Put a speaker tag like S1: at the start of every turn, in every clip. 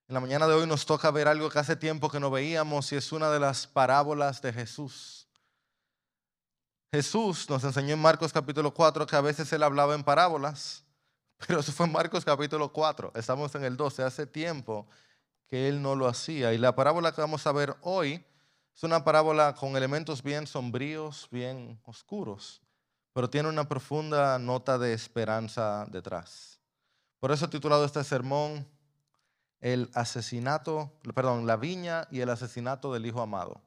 S1: En la mañana de hoy nos toca ver algo que hace tiempo que no veíamos y es una de las parábolas de Jesús. Jesús nos enseñó en Marcos capítulo 4 que a veces él hablaba en parábolas, pero eso fue en Marcos capítulo 4. Estamos en el 12, hace tiempo que él no lo hacía. Y la parábola que vamos a ver hoy es una parábola con elementos bien sombríos, bien oscuros, pero tiene una profunda nota de esperanza detrás. Por eso he titulado este sermón la viña y el asesinato del hijo amado.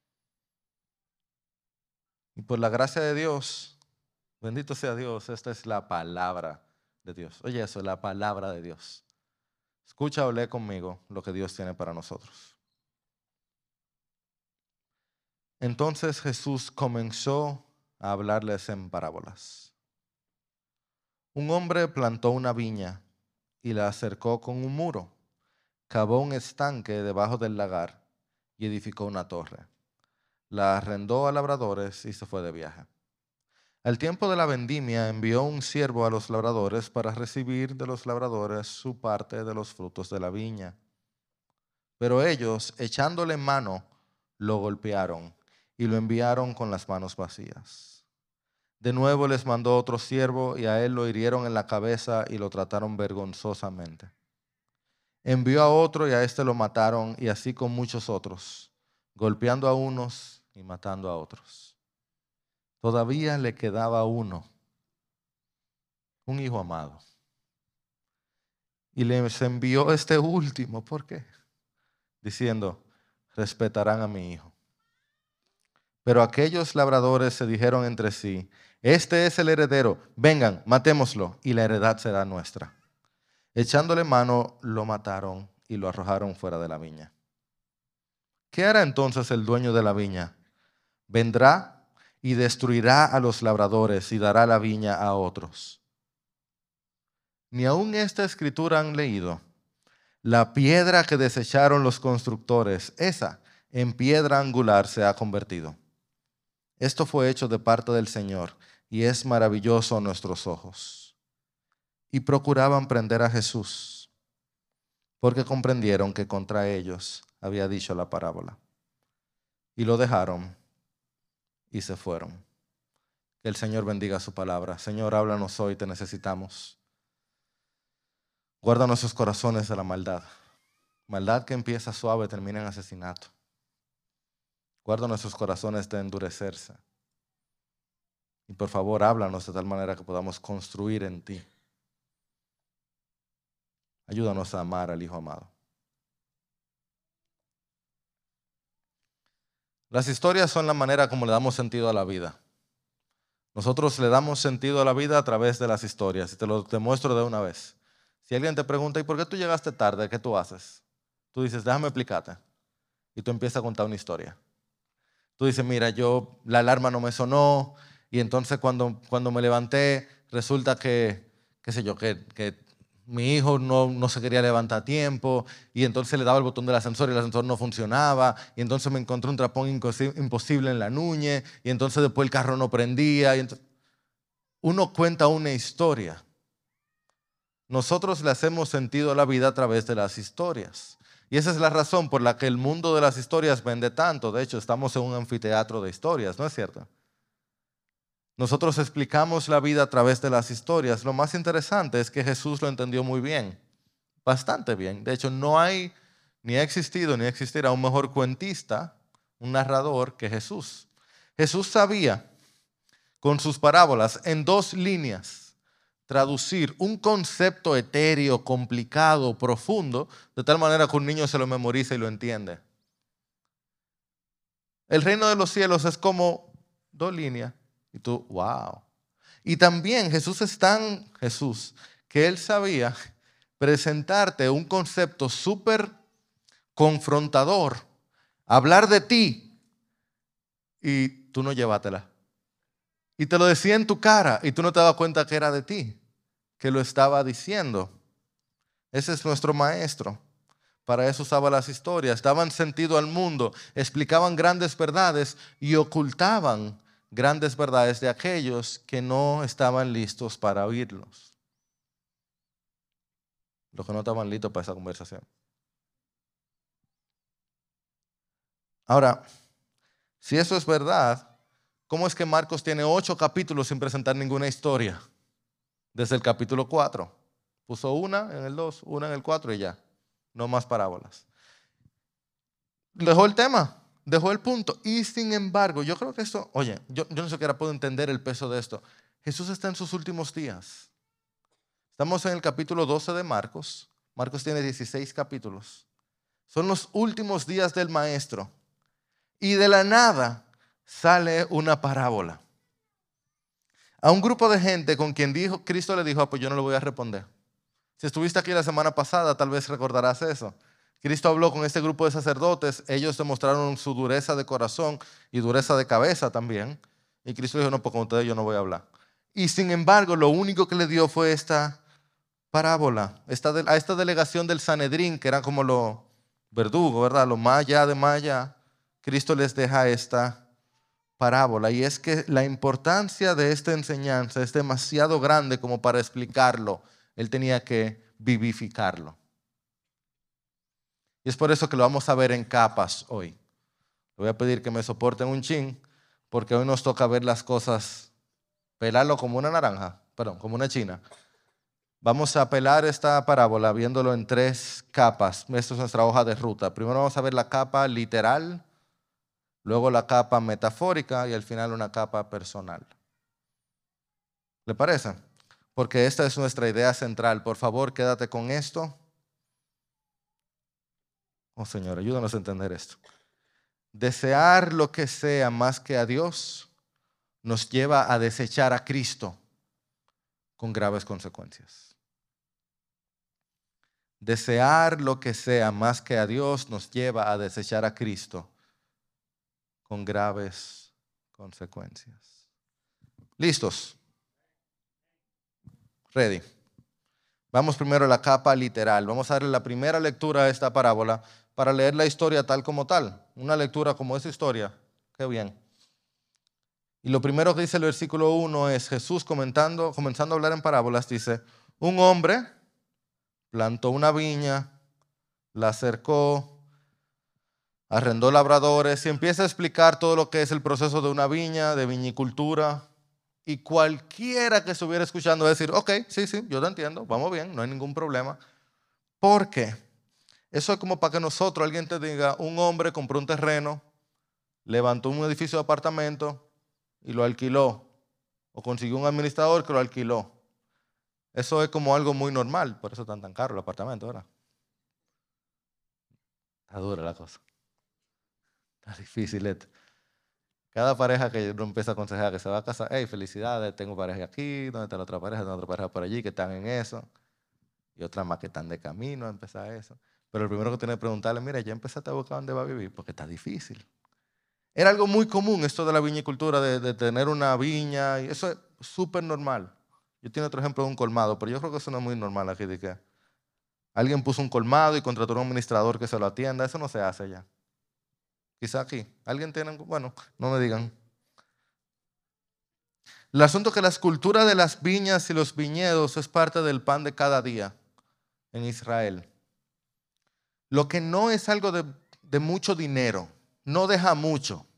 S1: Y por la gracia de Dios, bendito sea Dios, esta es la palabra de Dios. Oye eso, la palabra de Dios. Escucha o lee conmigo lo que Dios tiene para nosotros. Entonces Jesús comenzó a hablarles en parábolas. Un hombre plantó una viña y la acercó con un muro, cavó un estanque debajo del lagar y edificó una torre. La arrendó a labradores y se fue de viaje. Al tiempo de la vendimia envió un siervo a los labradores para recibir de los labradores su parte de los frutos de la viña. Pero ellos, echándole mano, lo golpearon y lo enviaron con las manos vacías. De nuevo les mandó otro siervo y a él lo hirieron en la cabeza y lo trataron vergonzosamente. Envió a otro y a este lo mataron, y así con muchos otros, golpeando a unos y matando a otros. Todavía le quedaba uno, un hijo amado. Y les envió este último, ¿por qué? Diciendo, respetarán a mi hijo. Pero aquellos labradores se dijeron entre sí, este es el heredero, vengan, matémoslo, y la heredad será nuestra. Echándole mano, lo mataron y lo arrojaron fuera de la viña. ¿Qué hará entonces el dueño de la viña? Vendrá y destruirá a los labradores y dará la viña a otros. Ni aun esta escritura han leído. La piedra que desecharon los constructores, esa en piedra angular se ha convertido. Esto fue hecho de parte del Señor y es maravilloso a nuestros ojos. Y procuraban prender a Jesús, porque comprendieron que contra ellos había dicho la parábola. Y lo dejaron y se fueron. Que el Señor bendiga su palabra. Señor, háblanos hoy, te necesitamos. Guarda nuestros corazones de la maldad. Maldad que empieza suave termina en asesinato. Guarda nuestros corazones de endurecerse. Y por favor, háblanos de tal manera que podamos construir en ti. Ayúdanos a amar al Hijo amado. Las historias son la manera como le damos sentido a la vida. Nosotros le damos sentido a la vida a través de las historias. Y te lo demuestro de una vez. Si alguien te pregunta, ¿y por qué tú llegaste tarde? ¿Qué tú haces? Tú dices, déjame explicarte. Y tú empiezas a contar una historia. Tú dices, mira, la alarma no me sonó, y entonces cuando me levanté, resulta que, qué sé yo, que mi hijo no se quería levantar a tiempo, y entonces le daba el botón del ascensor y el ascensor no funcionaba, y entonces me encontré un trapón imposible en la nuñe, y entonces después el carro no prendía. Uno cuenta una historia. Nosotros le hacemos sentido a la vida a través de las historias. Y esa es la razón por la que el mundo de las historias vende tanto. De hecho, estamos en un anfiteatro de historias, ¿no es cierto? Nosotros explicamos la vida a través de las historias. Lo más interesante es que Jesús lo entendió muy bien, bastante bien. De hecho, no hay, ni ha existido, ni existirá un mejor cuentista, un narrador que Jesús. Jesús sabía, con sus parábolas, en 2 líneas, traducir un concepto etéreo, complicado, profundo, de tal manera que un niño se lo memoriza y lo entiende. El reino de los cielos es como 2 líneas. Y tú, wow. Y también Jesús es tan Jesús que él sabía presentarte un concepto súper confrontador, hablar de ti y tú no llevátela. Y te lo decía en tu cara y tú no te dabas cuenta que era de ti, que lo estaba diciendo. Ese es nuestro maestro. Para eso usaba las historias. Daban sentido al mundo, explicaban grandes verdades y ocultaban grandes verdades de aquellos que no estaban listos para oírlos. Los que no estaban listos para esa conversación. Ahora, si eso es verdad, ¿cómo es que Marcos tiene 8 capítulos sin presentar ninguna historia? Desde el capítulo 4. Puso una en el 2, una en el 4 y ya. No más parábolas. Dejó el tema, dejó el punto. Y sin embargo, yo creo que esto, oye, yo no siquiera puedo entender el peso de esto. Jesús está en sus últimos días. Estamos en el capítulo 12 de Marcos. Marcos tiene 16 capítulos. Son los últimos días del maestro. Y de la nada sale una parábola a un grupo de gente con quien Cristo le dijo, pues yo no le voy a responder. Si estuviste aquí la semana pasada, tal vez recordarás eso. Cristo habló con este grupo de sacerdotes, ellos demostraron su dureza de corazón y dureza de cabeza también. Y Cristo dijo, no, pues con ustedes yo no voy a hablar. Y sin embargo, lo único que le dio fue esta parábola, a esta delegación del Sanedrín, que eran como los verdugos, ¿verdad? Los más allá de más allá, Cristo les deja esta parábola. Y es que la importancia de esta enseñanza es demasiado grande como para explicarlo. Él tenía que vivificarlo. Y es por eso que lo vamos a ver en capas hoy. Le voy a pedir que me soporten un chin, porque hoy nos toca ver las cosas, pelarlo como una naranja, perdón, como una china. Vamos a pelar esta parábola viéndolo en 3 capas. Esto es nuestra hoja de ruta. Primero vamos a ver la capa literal, luego la capa metafórica y al final una capa personal. ¿Le parece? Porque esta es nuestra idea central. Por favor, quédate con esto. Oh Señor, ayúdanos a entender esto. Desear lo que sea más que a Dios nos lleva a desechar a Cristo con graves consecuencias. Desear lo que sea más que a Dios nos lleva a desechar a Cristo con graves consecuencias. ¿Listos? Ready. Vamos primero a la capa literal. Vamos a darle la primera lectura a esta parábola para leer la historia tal como tal. Una lectura como esa historia. Qué bien. Y lo primero que dice el versículo 1 es Jesús comenzando a hablar en parábolas. Dice, un hombre plantó una viña, la cercó, arrendó labradores y empieza a explicar todo lo que es el proceso de una viña, de viñicultura. Y cualquiera que estuviera escuchando va a decir, ok, sí, yo te entiendo, vamos bien, no hay ningún problema. ¿Por qué? Eso es como para que nosotros, alguien te diga, un hombre compró un terreno, levantó un edificio de apartamento y lo alquiló. O consiguió un administrador que lo alquiló. Eso es como algo muy normal, por eso están tan caros los apartamentos, ¿verdad? Está dura la cosa. Está difícil esto. Cada pareja que uno empieza a aconsejar que se va a casar, hey, felicidades, tengo pareja aquí, ¿dónde está la otra pareja? Tengo otra pareja por allí que están en eso. Y otras más que están de camino a empezar eso. Pero el primero que tiene que preguntarle, mira, ya empezaste a buscar dónde va a vivir, porque está difícil. Era algo muy común esto de la viñicultura, de tener una viña, y eso es súper normal. Yo tengo otro ejemplo de un colmado, pero yo creo que eso no es muy normal aquí, de que alguien puso un colmado y contrató a un administrador que se lo atienda, eso no se hace allá. Quizá aquí. ¿Alguien tiene? Bueno, no me digan. El asunto es que la escultura de las viñas y los viñedos es parte del pan de cada día en Israel. Lo que no es algo de mucho dinero, no deja mucho.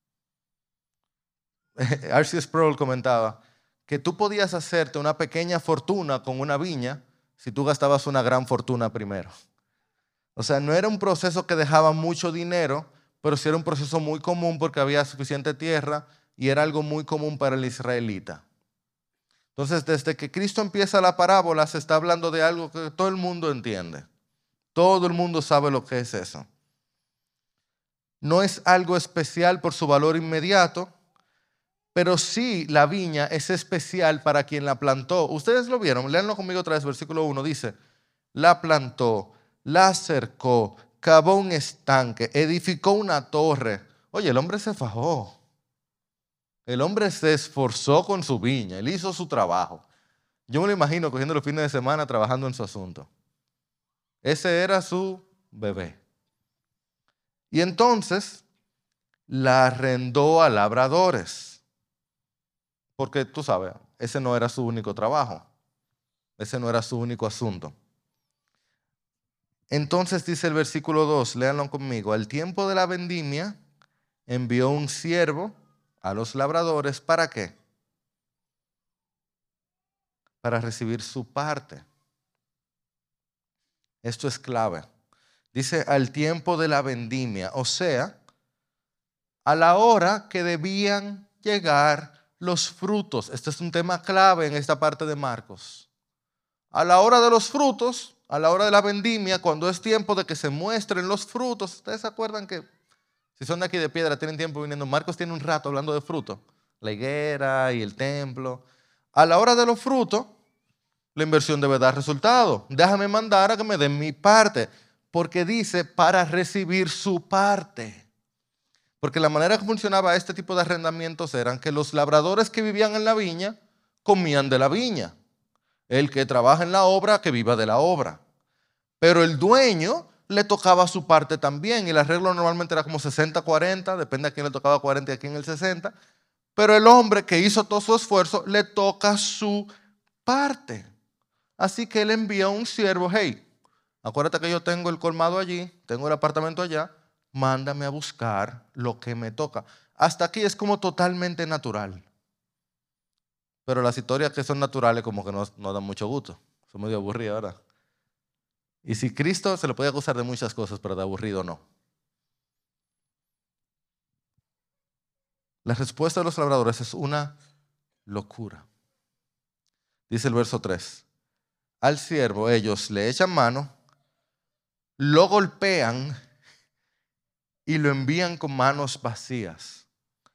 S1: R.C. Sproul comentaba que tú podías hacerte una pequeña fortuna con una viña si tú gastabas una gran fortuna primero. O sea, no era un proceso que dejaba mucho dinero, pero sí era un proceso muy común porque había suficiente tierra y era algo muy común para el israelita. Entonces, desde que Cristo empieza la parábola, se está hablando de algo que todo el mundo entiende. Todo el mundo sabe lo que es eso. No es algo especial por su valor inmediato, pero sí la viña es especial para quien la plantó. Ustedes lo vieron, léanlo conmigo otra vez, versículo 1 dice, la plantó, la cercó, cavó un estanque, edificó una torre. Oye, el hombre se fajó. El hombre se esforzó con su viña, él hizo su trabajo. Yo me lo imagino cogiendo los fines de semana trabajando en su asunto. Ese era su bebé. Y entonces la arrendó a labradores. Porque tú sabes, ese no era su único trabajo. Ese no era su único asunto. Entonces dice el versículo 2, léanlo conmigo. Al tiempo de la vendimia, envió un siervo a los labradores. ¿Para qué? Para recibir su parte. Esto es clave. Dice al tiempo de la vendimia, o sea, a la hora que debían llegar los frutos. Este es un tema clave en esta parte de Marcos. A la hora de los frutos, a la hora de la vendimia, cuando es tiempo de que se muestren los frutos. ¿Ustedes se acuerdan que si son de aquí de Piedra tienen tiempo viniendo? Marcos tiene un rato hablando de frutos, la higuera y el templo. A la hora de los frutos, la inversión debe dar resultado. Déjame mandar a que me den mi parte, porque dice para recibir su parte. Porque la manera que funcionaba este tipo de arrendamientos eran que los labradores que vivían en la viña comían de la viña. El que trabaja en la obra, que viva de la obra. Pero el dueño le tocaba su parte también. Y el arreglo normalmente era como 60-40, depende a quién le tocaba 40 y a quién el 60. Pero el hombre que hizo todo su esfuerzo le toca su parte. Así que él envía a un siervo: hey, acuérdate que yo tengo el colmado allí, tengo el apartamento allá, mándame a buscar lo que me toca. Hasta aquí es como totalmente natural. Pero las historias que son naturales como que no dan mucho gusto. Son medio aburridas, ¿verdad? Y si Cristo se le puede acusar de muchas cosas, pero de aburrido no. La respuesta de los labradores es una locura. Dice el verso 3. Al siervo ellos le echan mano, lo golpean y lo envían con manos vacías.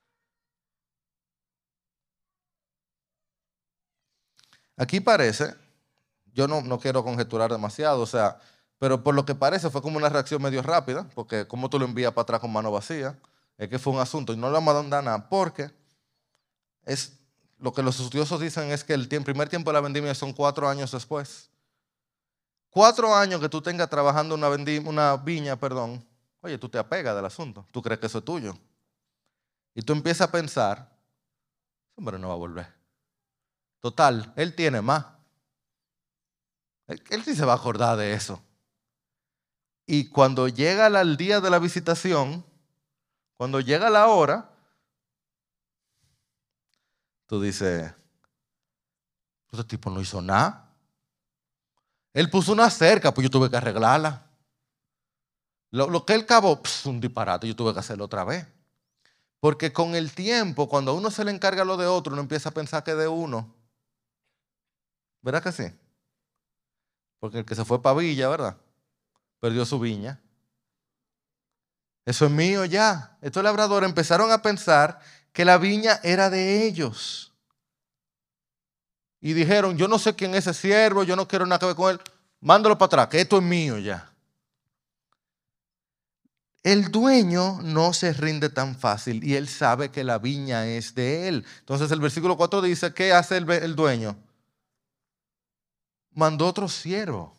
S1: Aquí parece, yo no quiero conjeturar demasiado, pero por lo que parece fue como una reacción medio rápida, porque como tú lo envías para atrás con mano vacía, es que fue un asunto y no le vamos a dar nada, porque es lo que los estudiosos dicen es que el primer tiempo de la vendimia son 4 años después. 4 años que tú tengas trabajando una viña, oye, tú te apegas del asunto, tú crees que eso es tuyo. Y tú empiezas a pensar: hombre, no va a volver. Total, él tiene más. Él sí se va a acordar de eso. Y cuando llega el día de la visitación, cuando llega la hora, tú dices: ese tipo no hizo nada. Él puso una cerca, pues yo tuve que arreglarla. Lo que él cavó, un disparate, yo tuve que hacerlo otra vez. Porque con el tiempo, cuando a uno se le encarga lo de otro, uno empieza a pensar que es de uno. ¿Verdad que sí? Porque el que se fue para Villa, ¿verdad? Perdió su viña. Eso es mío ya. Estos labradores empezaron a pensar que la viña era de ellos. Y dijeron: yo no sé quién es ese siervo, yo no quiero nada que ver con él. Mándalo para atrás, que esto es mío ya. El dueño no se rinde tan fácil y él sabe que la viña es de él. Entonces el versículo 4 dice: ¿qué hace el dueño? Mandó otro siervo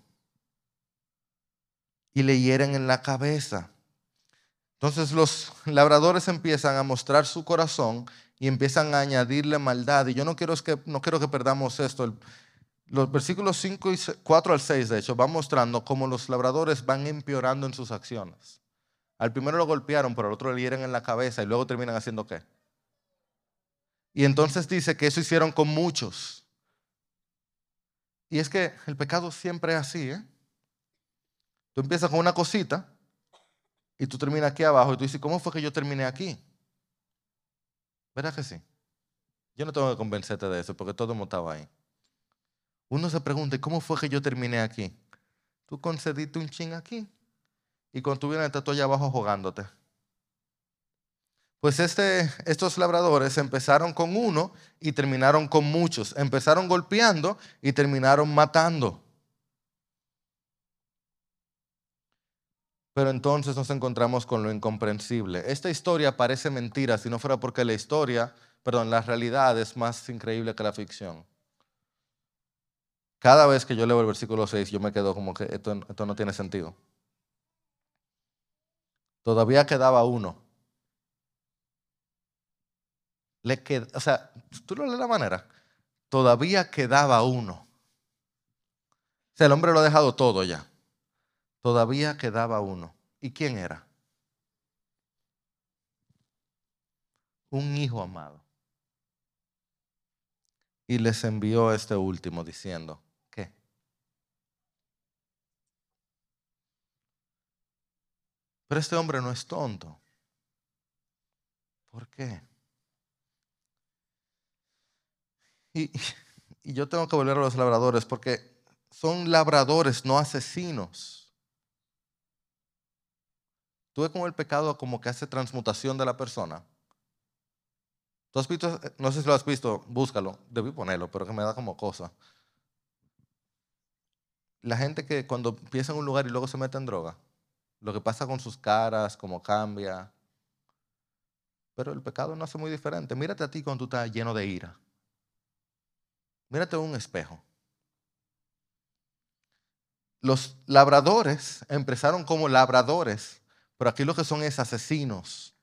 S1: y le hieren en la cabeza. Entonces los labradores empiezan a mostrar su corazón y empiezan a añadirle maldad. Y yo no quiero que perdamos esto. Los versículos 4 al 6, de hecho, van mostrando cómo los labradores van empeorando en sus acciones. Al primero lo golpearon, pero al otro le hieren en la cabeza y luego terminan haciendo ¿qué? Y entonces dice que eso hicieron con muchos. Y es que el pecado siempre es así, ¿eh? Tú empiezas con una cosita y tú terminas aquí abajo y tú dices: ¿cómo fue que yo terminé aquí? ¿Verdad que sí? Yo no tengo que convencerte de eso porque todos hemos estado ahí. Uno se pregunta: ¿cómo fue que yo terminé aquí? Tú concediste un chin aquí y cuando tú vienes estás tú allá abajo jugándote. Pues estos labradores empezaron con uno y terminaron con muchos. Empezaron golpeando y terminaron matando. Pero entonces nos encontramos con lo incomprensible. Esta historia parece mentira si no fuera porque la realidad es más increíble que la ficción. Cada vez que yo leo el versículo 6, yo me quedo como que esto no tiene sentido. Todavía quedaba uno. Tú lo lees de la manera. Todavía quedaba uno. O sea, el hombre lo ha dejado todo ya. Todavía quedaba uno. ¿Y quién era? un hijo amado. Y les envió este último diciendo, ¿qué? Pero este hombre no es tonto. ¿Por qué? Y, y yo tengo que volver a los labradores porque son labradores, no asesinos. Tú ves como el pecado como que hace transmutación de la persona. ¿Tú has visto? No sé si lo has visto, búscalo. Debí ponerlo, pero que me da como cosa. La gente que cuando empieza en un lugar y luego se mete en droga, lo que pasa con sus caras, cómo cambia. Pero el pecado no hace muy diferente. Mírate a ti cuando tú estás lleno de ira. Mírate en un espejo. Los labradores empezaron como labradores, pero aquí lo que son es asesinos.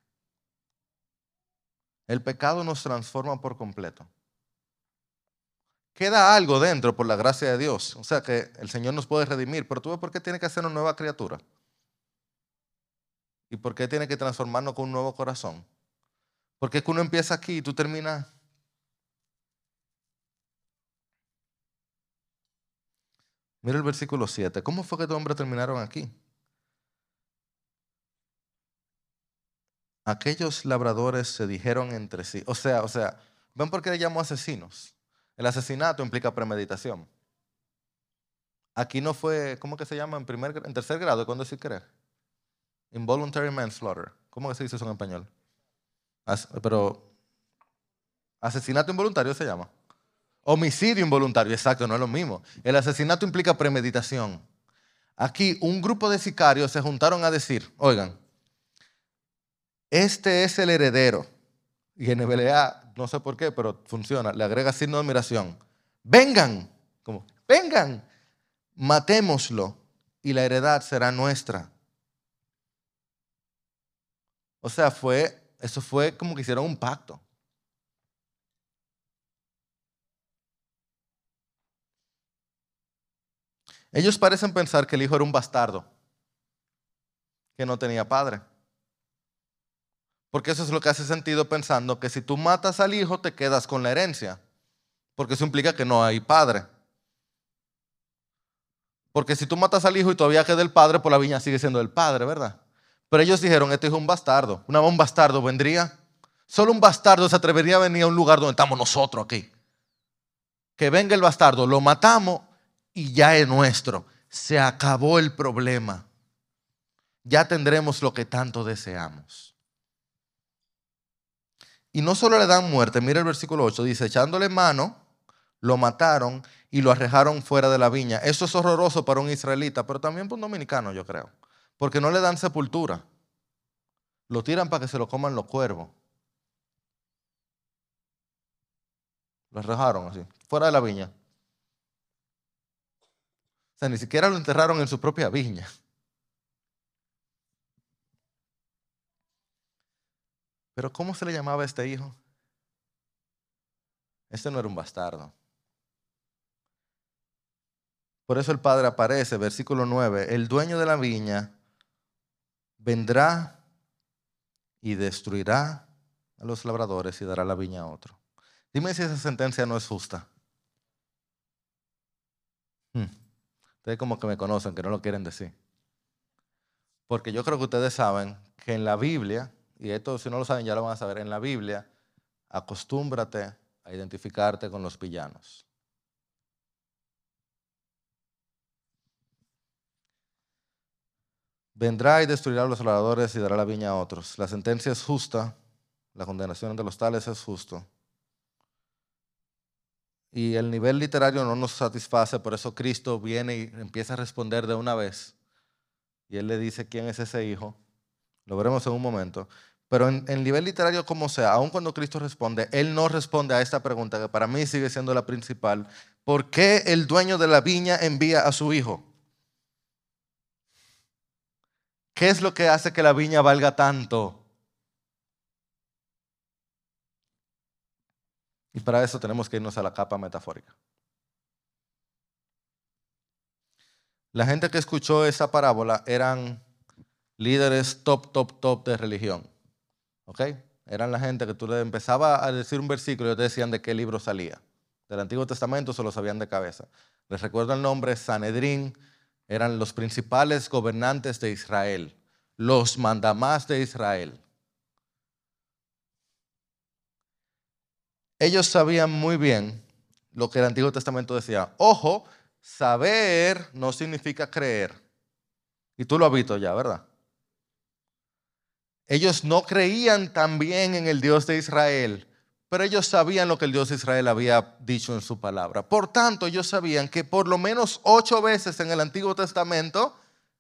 S1: El pecado nos transforma por completo. Queda algo dentro por la gracia de Dios. O sea que el Señor nos puede redimir, pero tú ves por qué tiene que hacer una nueva criatura. ¿Y por qué tiene que transformarnos con un nuevo corazón? Porque es que uno empieza aquí y tú terminas. Mira el versículo 7. ¿Cómo fue que estos hombres terminaron aquí? Aquellos labradores se dijeron entre sí. O sea, ¿ven por qué le llamo asesinos? El asesinato implica premeditación. Aquí no fue, ¿cómo que se llama? En tercer grado, ¿cuándo se cree? Involuntary manslaughter. ¿Cómo que se dice eso en español? Pero asesinato involuntario se llama. Homicidio involuntario, exacto, no es lo mismo. El asesinato implica premeditación. Aquí un grupo de sicarios se juntaron a decir, oigan, este es el heredero. Y en NBLA, no sé por qué, pero funciona, le agrega signo de admiración. Vengan, como, vengan, matémoslo y la heredad será nuestra. O sea, eso fue como que hicieron un pacto. Ellos parecen pensar que el hijo era un bastardo, que no tenía padre. Porque eso es lo que hace sentido pensando que si tú matas al hijo te quedas con la herencia. Porque eso implica que no hay padre. Porque si tú matas al hijo y todavía queda el padre, pues la viña sigue siendo del padre, ¿verdad? Pero ellos dijeron, este hijo es un bastardo. Un bastardo vendría. Solo un bastardo se atrevería a venir a un lugar donde estamos nosotros aquí. Que venga el bastardo, lo matamos y ya es nuestro. Se acabó el problema. Ya tendremos lo que tanto deseamos. Y no solo le dan muerte, mira el versículo 8, dice, echándole mano, lo mataron y lo arrojaron fuera de la viña. Eso es horroroso para un israelita, pero también para un dominicano, yo creo. Porque no le dan sepultura. Lo tiran para que se lo coman los cuervos. Lo arrojaron así, fuera de la viña. O sea, ni siquiera lo enterraron en su propia viña. Pero ¿cómo se le llamaba a este hijo? Este no era un bastardo. Por eso el padre aparece, versículo 9. El dueño de la viña vendrá y destruirá a los labradores y dará la viña a otro. Dime si esa sentencia no es justa. Ustedes como que me conocen, que no lo quieren decir. Porque yo creo que ustedes saben que en la Biblia, y esto si no lo saben ya lo van a saber, en la Biblia, acostúmbrate a identificarte con los villanos. Vendrá y destruirá a los labradores y dará la viña a otros. La sentencia es justa, la condenación de los tales es justo. Y el nivel literario no nos satisface, por eso Cristo viene y empieza a responder de una vez. Y él le dice quién es ese hijo. Lo veremos en un momento. Pero en el nivel literario como sea, aun cuando Cristo responde, él no responde a esta pregunta que para mí sigue siendo la principal. ¿Por qué el dueño de la viña envía a su hijo? ¿Qué es lo que hace que la viña valga tanto? Y para eso tenemos que irnos a la capa metafórica. La gente que escuchó esa parábola eran líderes top de religión. ¿Ok? eran la gente que tú le empezabas a decir un versículo y ellos te decían de qué libro salía. Del Antiguo Testamento se lo sabían de cabeza. Les recuerdo el nombre, Sanedrín, eran los principales gobernantes de Israel, los mandamás de Israel. Ellos sabían muy bien lo que el Antiguo Testamento decía. Ojo, saber no significa creer. Y tú lo has visto ya, ¿verdad? Ellos no creían también en el Dios de Israel, pero ellos sabían lo que el Dios de Israel había dicho en su palabra. Por tanto, ellos sabían que por lo menos 8 veces en el Antiguo Testamento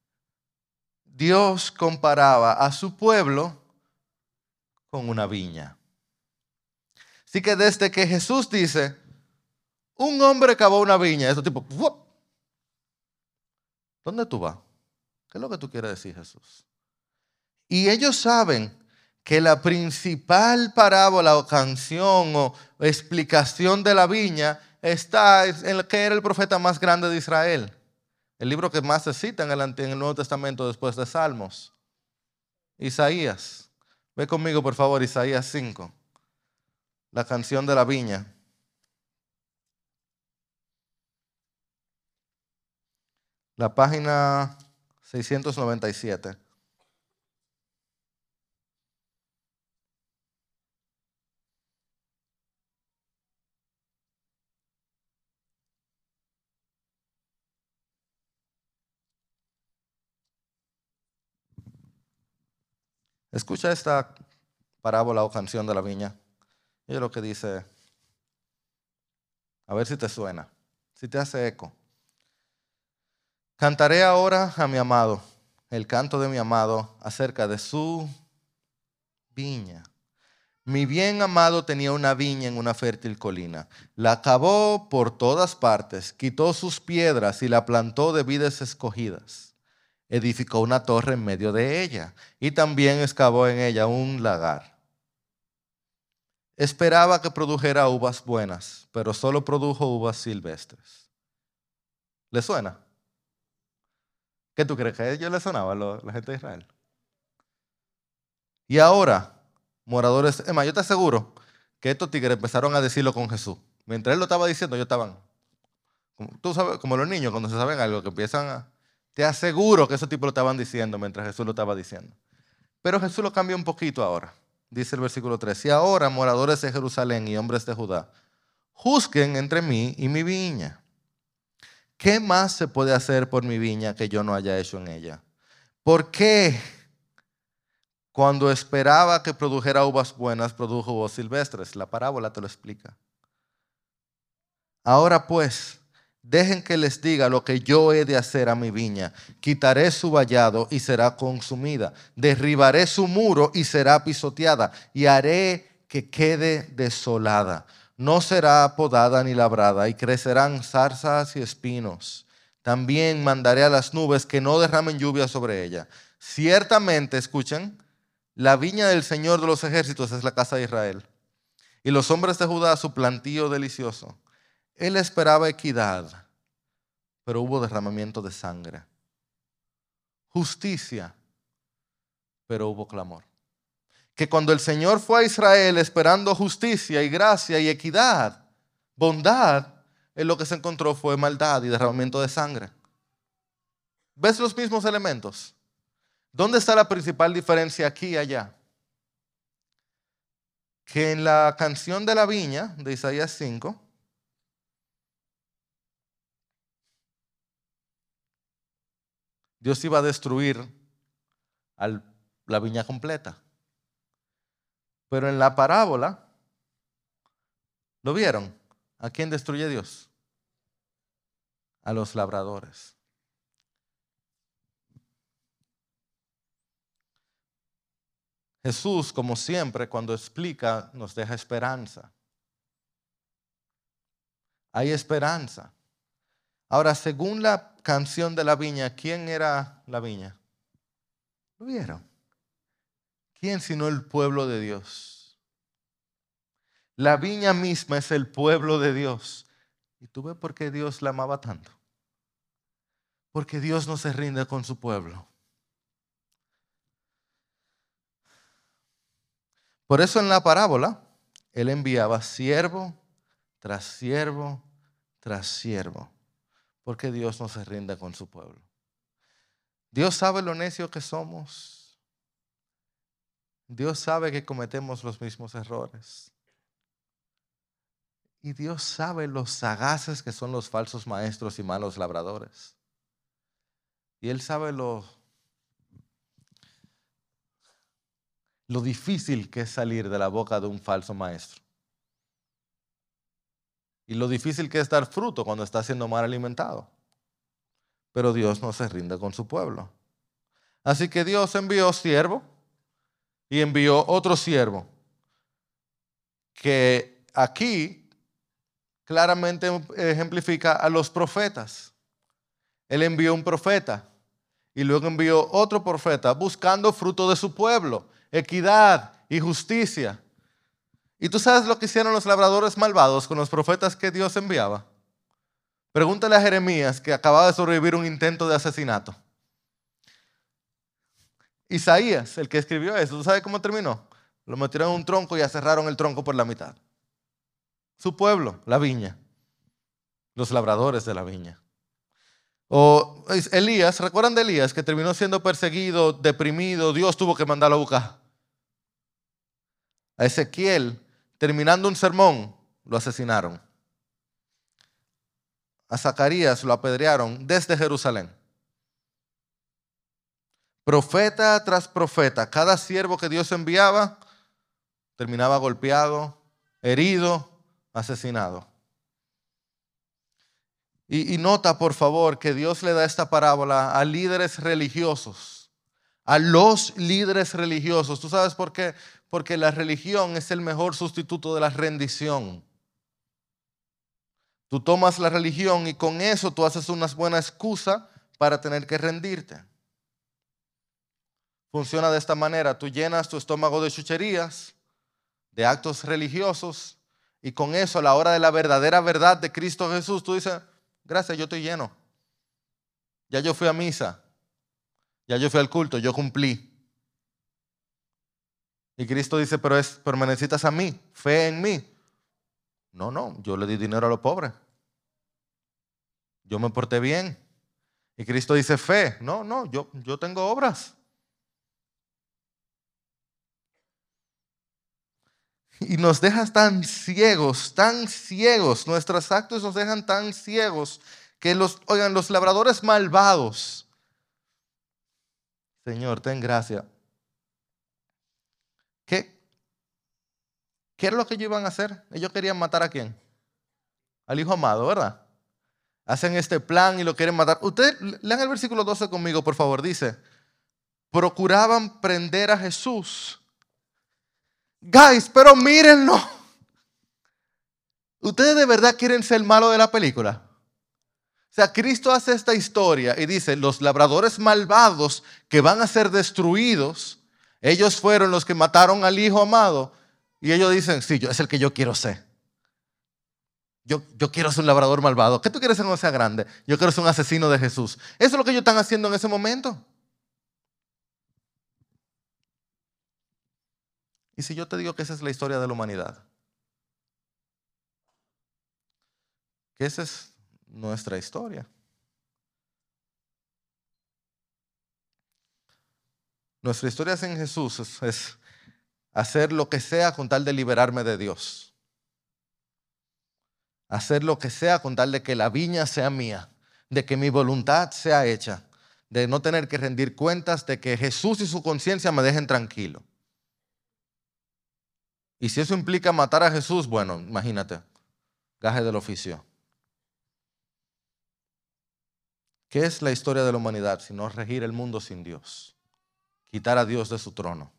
S1: Dios comparaba a su pueblo con una viña. Así que desde que Jesús dice, un hombre cavó una viña, eso tipo, ¡fuop! ¿Dónde tú vas? ¿Qué es lo que tú quieres decir, Jesús? Y ellos saben que la principal parábola o canción o explicación de la viña está en el que era el profeta más grande de Israel. El libro que más se cita en el Nuevo Testamento después de Salmos. Isaías. Ve conmigo, por favor, Isaías 5. La canción de la viña. La página 697. Escucha esta parábola o canción de la viña. Y es lo que dice, a ver si te suena, si te hace eco. Cantaré ahora a mi amado, el canto de mi amado acerca de su viña. Mi bien amado tenía una viña en una fértil colina. La cavó por todas partes, quitó sus piedras y la plantó de vides escogidas. Edificó una torre en medio de ella y también excavó en ella un lagar. Esperaba que produjera uvas buenas, pero solo produjo uvas silvestres. ¿Le suena? ¿Qué tú crees que a ellos les sonaba a la gente de Israel? Y ahora, moradores, es más, yo te aseguro que estos tigres empezaron a decirlo con Jesús. Mientras él lo estaba diciendo, ellos estaban, como, tú sabes, como los niños cuando se saben algo, que empiezan a... Te aseguro que esos tipos lo estaban diciendo mientras Jesús lo estaba diciendo. Pero Jesús lo cambia un poquito ahora. Dice el versículo 3. Y ahora, moradores de Jerusalén y hombres de Judá, juzguen entre mí y mi viña. ¿Qué más se puede hacer por mi viña que yo no haya hecho en ella? ¿Por qué cuando esperaba que produjera uvas buenas, produjo uvas silvestres? La parábola te lo explica. Ahora pues, dejen que les diga lo que yo he de hacer a mi viña. Quitaré su vallado y será consumida. Derribaré su muro y será pisoteada. Y haré que quede desolada. No será podada ni labrada y crecerán zarzas y espinos. También mandaré a las nubes que no derramen lluvia sobre ella. Ciertamente, escuchen, la viña del Señor de los ejércitos es la casa de Israel. Y los hombres de Judá su plantío delicioso. Él esperaba equidad, pero hubo derramamiento de sangre. Justicia, pero hubo clamor. Que cuando el Señor fue a Israel esperando justicia y gracia y equidad, bondad, en lo que se encontró fue maldad y derramamiento de sangre. ¿Ves los mismos elementos? ¿Dónde está la principal diferencia aquí y allá? Que en la canción de la viña de Isaías 5, Dios iba a destruir la viña completa. Pero en la parábola, ¿lo vieron? ¿A quién destruye Dios? A los labradores. Jesús, como siempre, cuando explica, nos deja esperanza. Hay esperanza. Ahora, según la canción de la viña, ¿quién era la viña? ¿Lo vieron? ¿Quién sino el pueblo de Dios? La viña misma es el pueblo de Dios. ¿Y tú ves por qué Dios la amaba tanto? Porque Dios no se rinde con su pueblo. Por eso en la parábola, él enviaba siervo tras siervo tras siervo, porque Dios no se rinde con su pueblo. Dios sabe lo necio que somos. Dios sabe que cometemos los mismos errores. Y Dios sabe los sagaces que son los falsos maestros y malos labradores. Y Él sabe lo difícil que es salir de la boca de un falso maestro. Y lo difícil que es dar fruto cuando está siendo mal alimentado. Pero Dios no se rinde con su pueblo. Así que Dios envió siervo y envió otro siervo. Que aquí claramente ejemplifica a los profetas. Él envió un profeta y luego envió otro profeta buscando fruto de su pueblo, equidad y justicia. ¿Y tú sabes lo que hicieron los labradores malvados con los profetas que Dios enviaba? Pregúntale a Jeremías, que acababa de sobrevivir un intento de asesinato. Isaías, el que escribió eso, ¿tú sabes cómo terminó? Lo metieron en un tronco y aserraron el tronco por la mitad. Su pueblo, la viña. Los labradores de la viña. O Elías, ¿recuerdan de Elías que terminó siendo perseguido, deprimido? Dios tuvo que mandarlo a buscar. A Ezequiel, terminando un sermón, lo asesinaron. A Zacarías lo apedrearon desde Jerusalén. Profeta tras profeta, cada siervo que Dios enviaba terminaba golpeado, herido, asesinado. Y nota, por favor, que Dios le da esta parábola a líderes religiosos, a los líderes religiosos. ¿Tú sabes por qué? Porque la religión es el mejor sustituto de la rendición. Tú tomas la religión y con eso tú haces una buena excusa para tener que rendirte. Funciona de esta manera: tú llenas tu estómago de chucherías, de actos religiosos, y con eso a la hora de la verdadera verdad de Cristo Jesús, tú dices, gracias, yo estoy lleno. Ya yo fui a misa, ya yo fui al culto, yo cumplí. Y Cristo dice, pero me necesitas a mí, fe en mí. No, yo le di dinero a los pobres. Yo me porté bien. Y Cristo dice, fe. No, yo tengo obras. Y nos dejas tan ciegos, nuestros actos nos dejan tan ciegos que los labradores malvados, Señor, ten gracia. ¿Qué era lo que ellos iban a hacer? Ellos querían matar ¿a quién? Al hijo amado, ¿verdad? Hacen este plan y lo quieren matar. Ustedes lean el versículo 12 conmigo, por favor. Dice, procuraban prender a Jesús. Guys, pero mírenlo. ¿Ustedes de verdad quieren ser el malo de la película? O sea, Cristo hace esta historia y dice, los labradores malvados que van a ser destruidos, ellos fueron los que mataron al hijo amado. Y ellos dicen, sí, es el que yo quiero ser. Yo quiero ser un labrador malvado. ¿Qué tú quieres ser cuando sea grande? Yo quiero ser un asesino de Jesús. Eso es lo que ellos están haciendo en ese momento. ¿Y si yo te digo que esa es la historia de la humanidad? Que esa es nuestra historia. Nuestra historia sin Jesús es hacer lo que sea con tal de liberarme de Dios. Hacer lo que sea con tal de que la viña sea mía, de que mi voluntad sea hecha, de no tener que rendir cuentas, de que Jesús y su conciencia me dejen tranquilo. Y si eso implica matar a Jesús, bueno, imagínate, gaje del oficio. ¿Qué es la historia de la humanidad sino regir el mundo sin Dios? Quitar a Dios de su trono.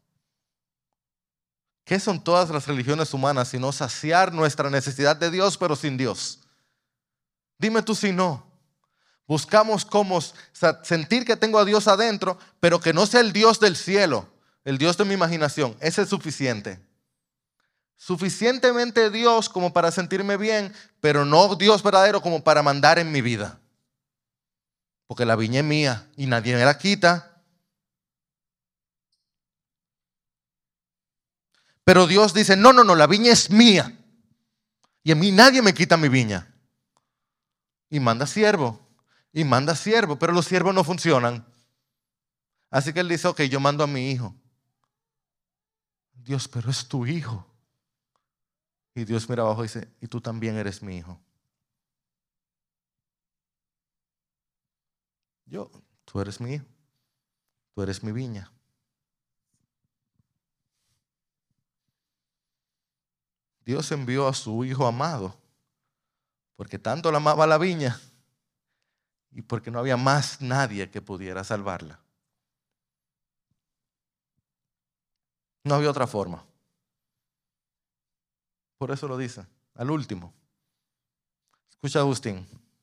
S1: ¿Qué son todas las religiones humanas sino saciar nuestra necesidad de Dios pero sin Dios? Dime tú si no. Buscamos cómo sentir que tengo a Dios adentro, pero que no sea el Dios del cielo, el Dios de mi imaginación. Ese es suficiente. Suficientemente Dios como para sentirme bien, pero no Dios verdadero como para mandar en mi vida. Porque la viña es mía y nadie me la quita. Pero Dios dice, no, la viña es mía. Y a mí nadie me quita mi viña. Y manda siervo. Pero los siervos no funcionan. Así que él dice, ok, yo mando a mi hijo. Dios, pero es tu hijo. Y Dios mira abajo y dice, y tú también eres mi hijo. Tú eres mi hijo. Tú eres mi viña. Dios envió a su hijo amado porque tanto la amaba la viña y porque no había más nadie que pudiera salvarla. No había otra forma. Por eso lo dice, al último. Escucha, Agustín,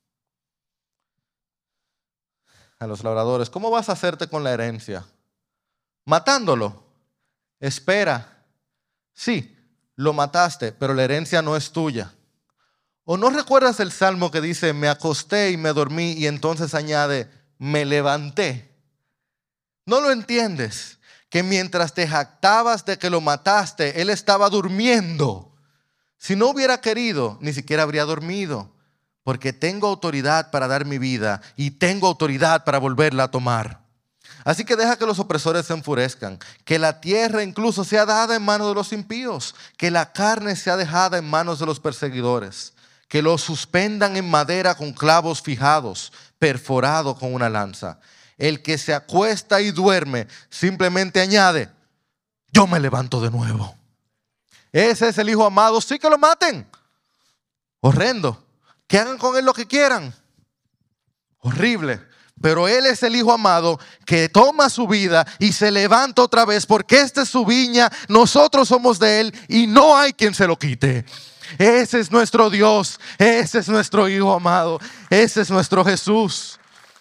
S1: a los labradores, ¿cómo vas a hacerte con la herencia? ¿Matándolo? Espera. Sí, lo mataste, pero la herencia no es tuya. ¿O no recuerdas el salmo que dice, me acosté y me dormí, y entonces añade, me levanté? ¿No lo entiendes? Que mientras te jactabas de que lo mataste, él estaba durmiendo. Si no hubiera querido, ni siquiera habría dormido, porque tengo autoridad para dar mi vida y tengo autoridad para volverla a tomar. Así que deja que los opresores se enfurezcan, que la tierra incluso sea dada en manos de los impíos, que la carne sea dejada en manos de los perseguidores, que lo suspendan en madera con clavos fijados, perforado con una lanza. El que se acuesta y duerme simplemente añade, yo me levanto de nuevo. Ese es el hijo amado. Sí, que lo maten. Horrendo. Que hagan con él lo que quieran. Horrible. Pero él es el hijo amado que toma su vida y se levanta otra vez, porque esta es su viña, nosotros somos de él y no hay quien se lo quite. Ese es nuestro Dios, ese es nuestro hijo amado, ese es nuestro Jesús.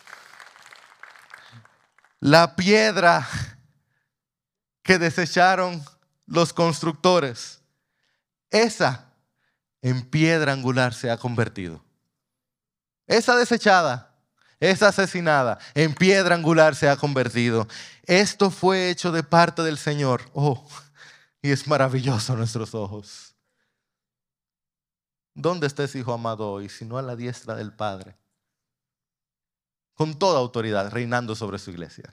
S1: La piedra que desecharon los constructores, esa en piedra angular se ha convertido. Esa desechada, esa asesinada, en piedra angular se ha convertido. Esto fue hecho de parte del Señor. Oh, y es maravilloso a nuestros ojos. ¿Dónde está ese hijo amado hoy? Sino a la diestra del Padre, con toda autoridad, reinando sobre su iglesia.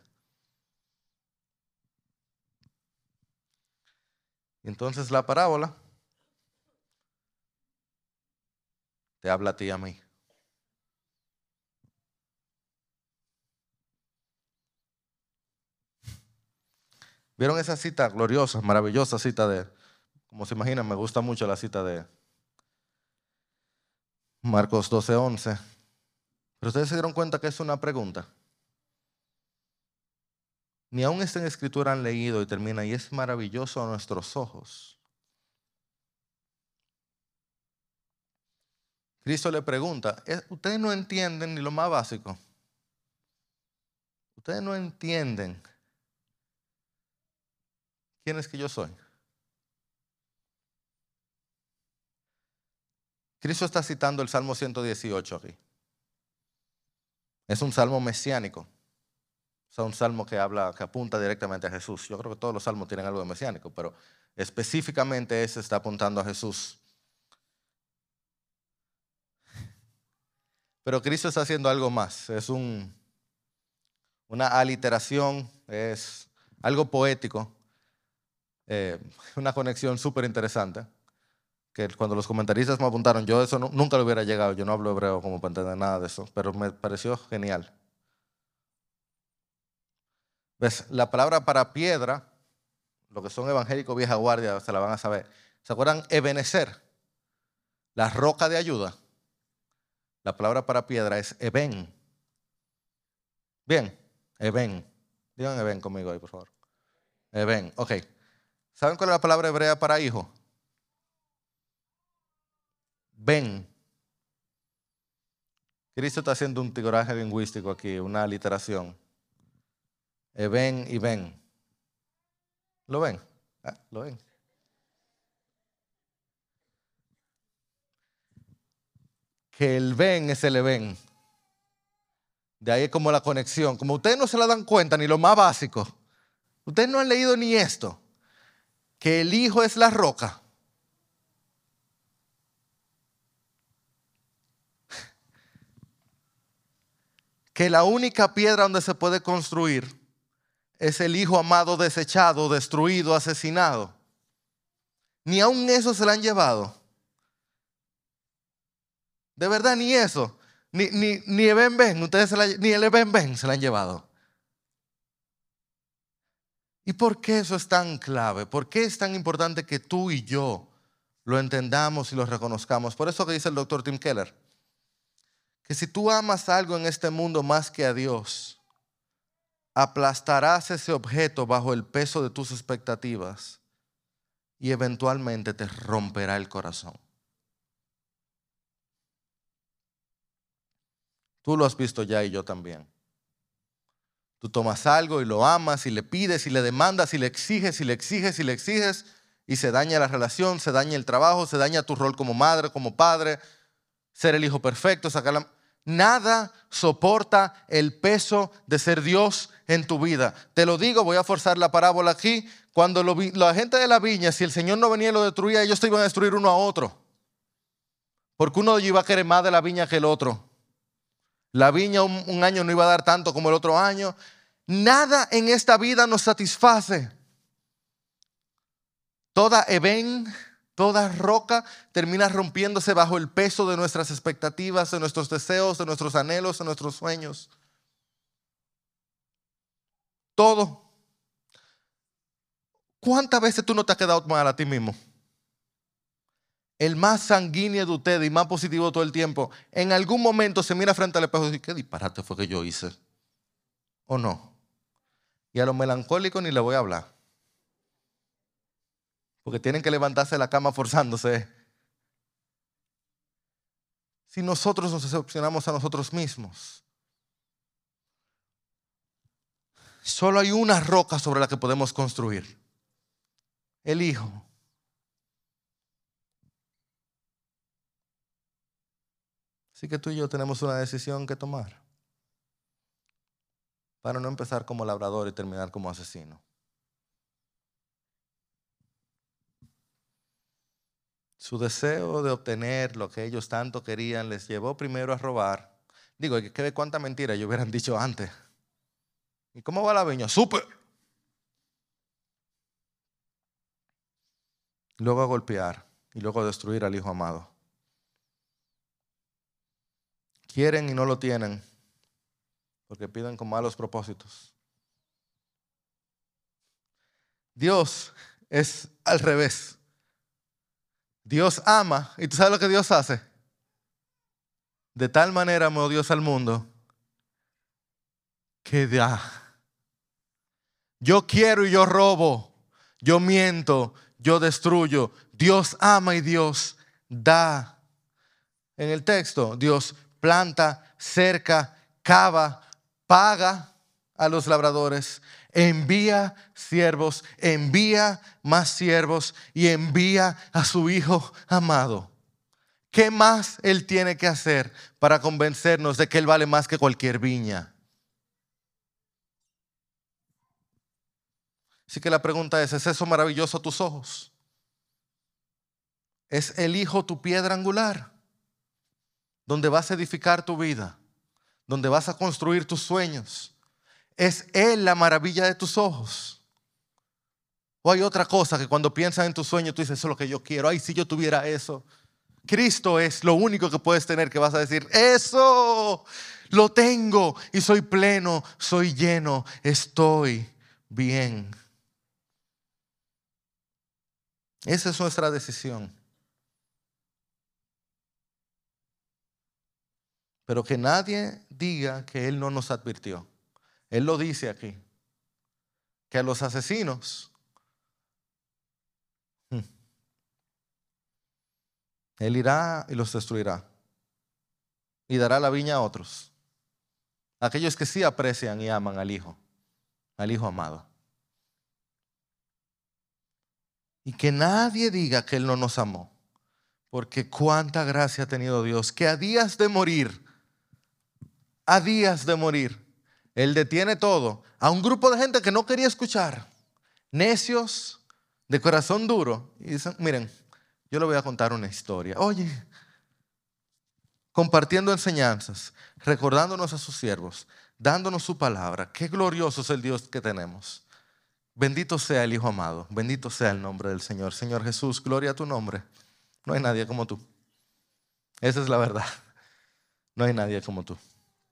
S1: Entonces la parábola te habla a ti y a mí. ¿Vieron esa cita gloriosa, maravillosa cita de, como se imaginan, me gusta mucho la cita de Marcos 12:11? Pero ustedes se dieron cuenta que es una pregunta. Ni aún esta en escritura han leído y termina, y es maravilloso a nuestros ojos. Cristo le pregunta, ustedes no entienden ni lo más básico. Ustedes no entienden quién es que yo soy. Cristo está citando el Salmo 118 aquí. Es un salmo mesiánico. O sea, un salmo que apunta directamente a Jesús. Yo creo que todos los salmos tienen algo de mesiánico, pero específicamente ese está apuntando a Jesús. Pero Cristo está haciendo algo más. Es una aliteración, es algo poético, una conexión súper interesante. Que cuando los comentaristas me apuntaron, yo eso nunca lo hubiera llegado. Yo no hablo hebreo como para entender nada de eso, pero me pareció genial. ¿Ves? La palabra para piedra, lo que son evangélicos vieja guardia se la van a saber. ¿Se acuerdan? Ebenecer, la roca de ayuda. La palabra para piedra es Eben. Bien, Eben. Digan Eben conmigo ahí, por favor. Eben, ok. ¿Saben cuál es la palabra hebrea para hijo? Ben. Cristo está haciendo un tigoraje lingüístico aquí, una aliteración. Eben y Ben. ¿Lo ven? ¿Lo ven? Que el Ben es el Eben. De ahí es como la conexión. Como ustedes no se la dan cuenta ni lo más básico. Ustedes no han leído ni esto. que el Hijo es la roca, que la única piedra donde se puede construir es el Hijo amado desechado, destruido, asesinado, ni aun eso se la han llevado. De verdad, ni eso. Ni el ven, ni el ven se la han llevado. ¿Y por qué eso es tan clave? ¿Por qué es tan importante que tú y yo lo entendamos y lo reconozcamos? Por eso que dice el doctor Tim Keller, que si tú amas algo en este mundo más que a Dios, aplastarás ese objeto bajo el peso de tus expectativas y eventualmente te romperá el corazón. Tú lo has visto ya y yo también. Tú tomas algo y lo amas y le pides y le demandas y le exiges y le exiges y le exiges y se daña la relación, se daña el trabajo, se daña tu rol como madre, como padre, ser el hijo perfecto, Nada soporta el peso de ser Dios en tu vida. Te lo digo, voy a forzar la parábola aquí. Cuando la gente de la viña, si el Señor no venía y lo destruía, ellos te iban a destruir uno a otro. Porque uno de ellos iba a querer más de la viña que el otro. La viña un año no iba a dar tanto como el otro año. Nada en esta vida nos satisface. Toda roca termina rompiéndose bajo el peso de nuestras expectativas, de nuestros deseos, de nuestros anhelos, de nuestros sueños. Todo. ¿Cuántas veces tú no te has quedado mal a ti mismo? El más sanguíneo de ustedes y más positivo todo el tiempo, en algún momento se mira frente al espejo y dice, ¿qué disparate fue que yo hice? ¿O no? Y a los melancólicos ni le voy a hablar. Porque tienen que levantarse de la cama forzándose. Si nosotros nos decepcionamos a nosotros mismos, solo hay una roca sobre la que podemos construir: el Hijo. Así que tú y yo tenemos una decisión que tomar para no empezar como labrador y terminar como asesino. Su deseo de obtener lo que ellos tanto querían les llevó primero a robar. Digo, hay que ver cuánta mentira ellos hubieran dicho antes. ¿Y cómo va la viña? ¡Súper! Luego a golpear y luego a destruir al Hijo amado. Quieren y no lo tienen porque piden con malos propósitos. Dios es al revés. Dios ama, y tú sabes lo que Dios hace. De tal manera amó Dios al mundo que da. Yo quiero y yo robo, yo miento, yo destruyo. Dios ama y Dios da. En el texto, Dios planta, cerca, cava, paga a los labradores, envía siervos, envía más siervos y envía a su Hijo amado. ¿Qué más Él tiene que hacer para convencernos de que Él vale más que cualquier viña? Así que la pregunta ¿es eso maravilloso a tus ojos? ¿Es el Hijo tu piedra angular? Donde vas a edificar tu vida, donde vas a construir tus sueños. ¿Es Él la maravilla de tus ojos? ¿O hay otra cosa que cuando piensas en tus sueños tú dices, eso es lo que yo quiero? Ay, si yo tuviera eso. Cristo es lo único que puedes tener que vas a decir, eso lo tengo y soy pleno, soy lleno, estoy bien. Esa es nuestra decisión. Pero que nadie diga que Él no nos advirtió. Él lo dice aquí, que a los asesinos Él irá y los destruirá y dará la viña a otros, aquellos que sí aprecian y aman al Hijo amado. Y que nadie diga que Él no nos amó, porque cuánta gracia ha tenido Dios, que a días de morir, Él detiene todo a un grupo de gente que no quería escuchar, necios, de corazón duro. Y dicen, miren, yo le voy a contar una historia. Oye, compartiendo enseñanzas, recordándonos a sus siervos, dándonos su palabra. Qué glorioso es el Dios que tenemos. Bendito sea el Hijo amado, bendito sea el nombre del Señor. Señor Jesús, gloria a tu nombre. No hay nadie como tú. Esa es la verdad. No hay nadie como tú.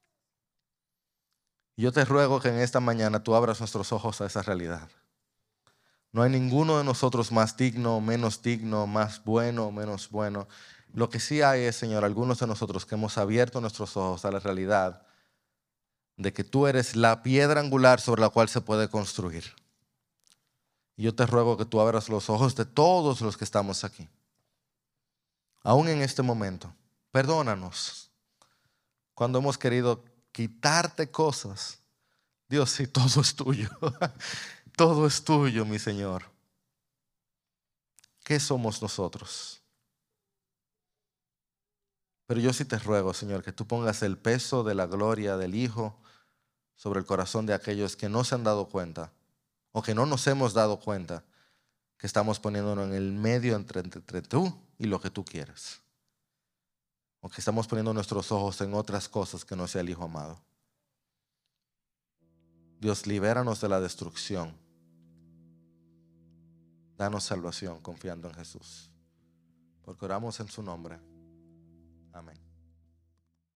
S1: Yo te ruego que en esta mañana tú abras nuestros ojos a esa realidad. No hay ninguno de nosotros más digno o menos digno, más bueno o menos bueno. Lo que sí hay es, Señor, algunos de nosotros que hemos abierto nuestros ojos a la realidad de que tú eres la piedra angular sobre la cual se puede construir. Y yo te ruego que tú abras los ojos de todos los que estamos aquí. Aún en este momento, perdónanos cuando hemos querido quitarte cosas. Dios, sí, todo es tuyo. Todo es tuyo, mi Señor. ¿Qué somos nosotros? Pero yo sí te ruego, Señor, que tú pongas el peso de la gloria del Hijo sobre el corazón de aquellos que no se han dado cuenta o que no nos hemos dado cuenta que estamos poniéndonos en el medio entre tú y lo que tú quieres. O que estamos poniendo nuestros ojos en otras cosas que no sea el Hijo amado. Dios, libéranos de la destrucción. Danos salvación confiando en Jesús. Porque oramos en su nombre. Amén.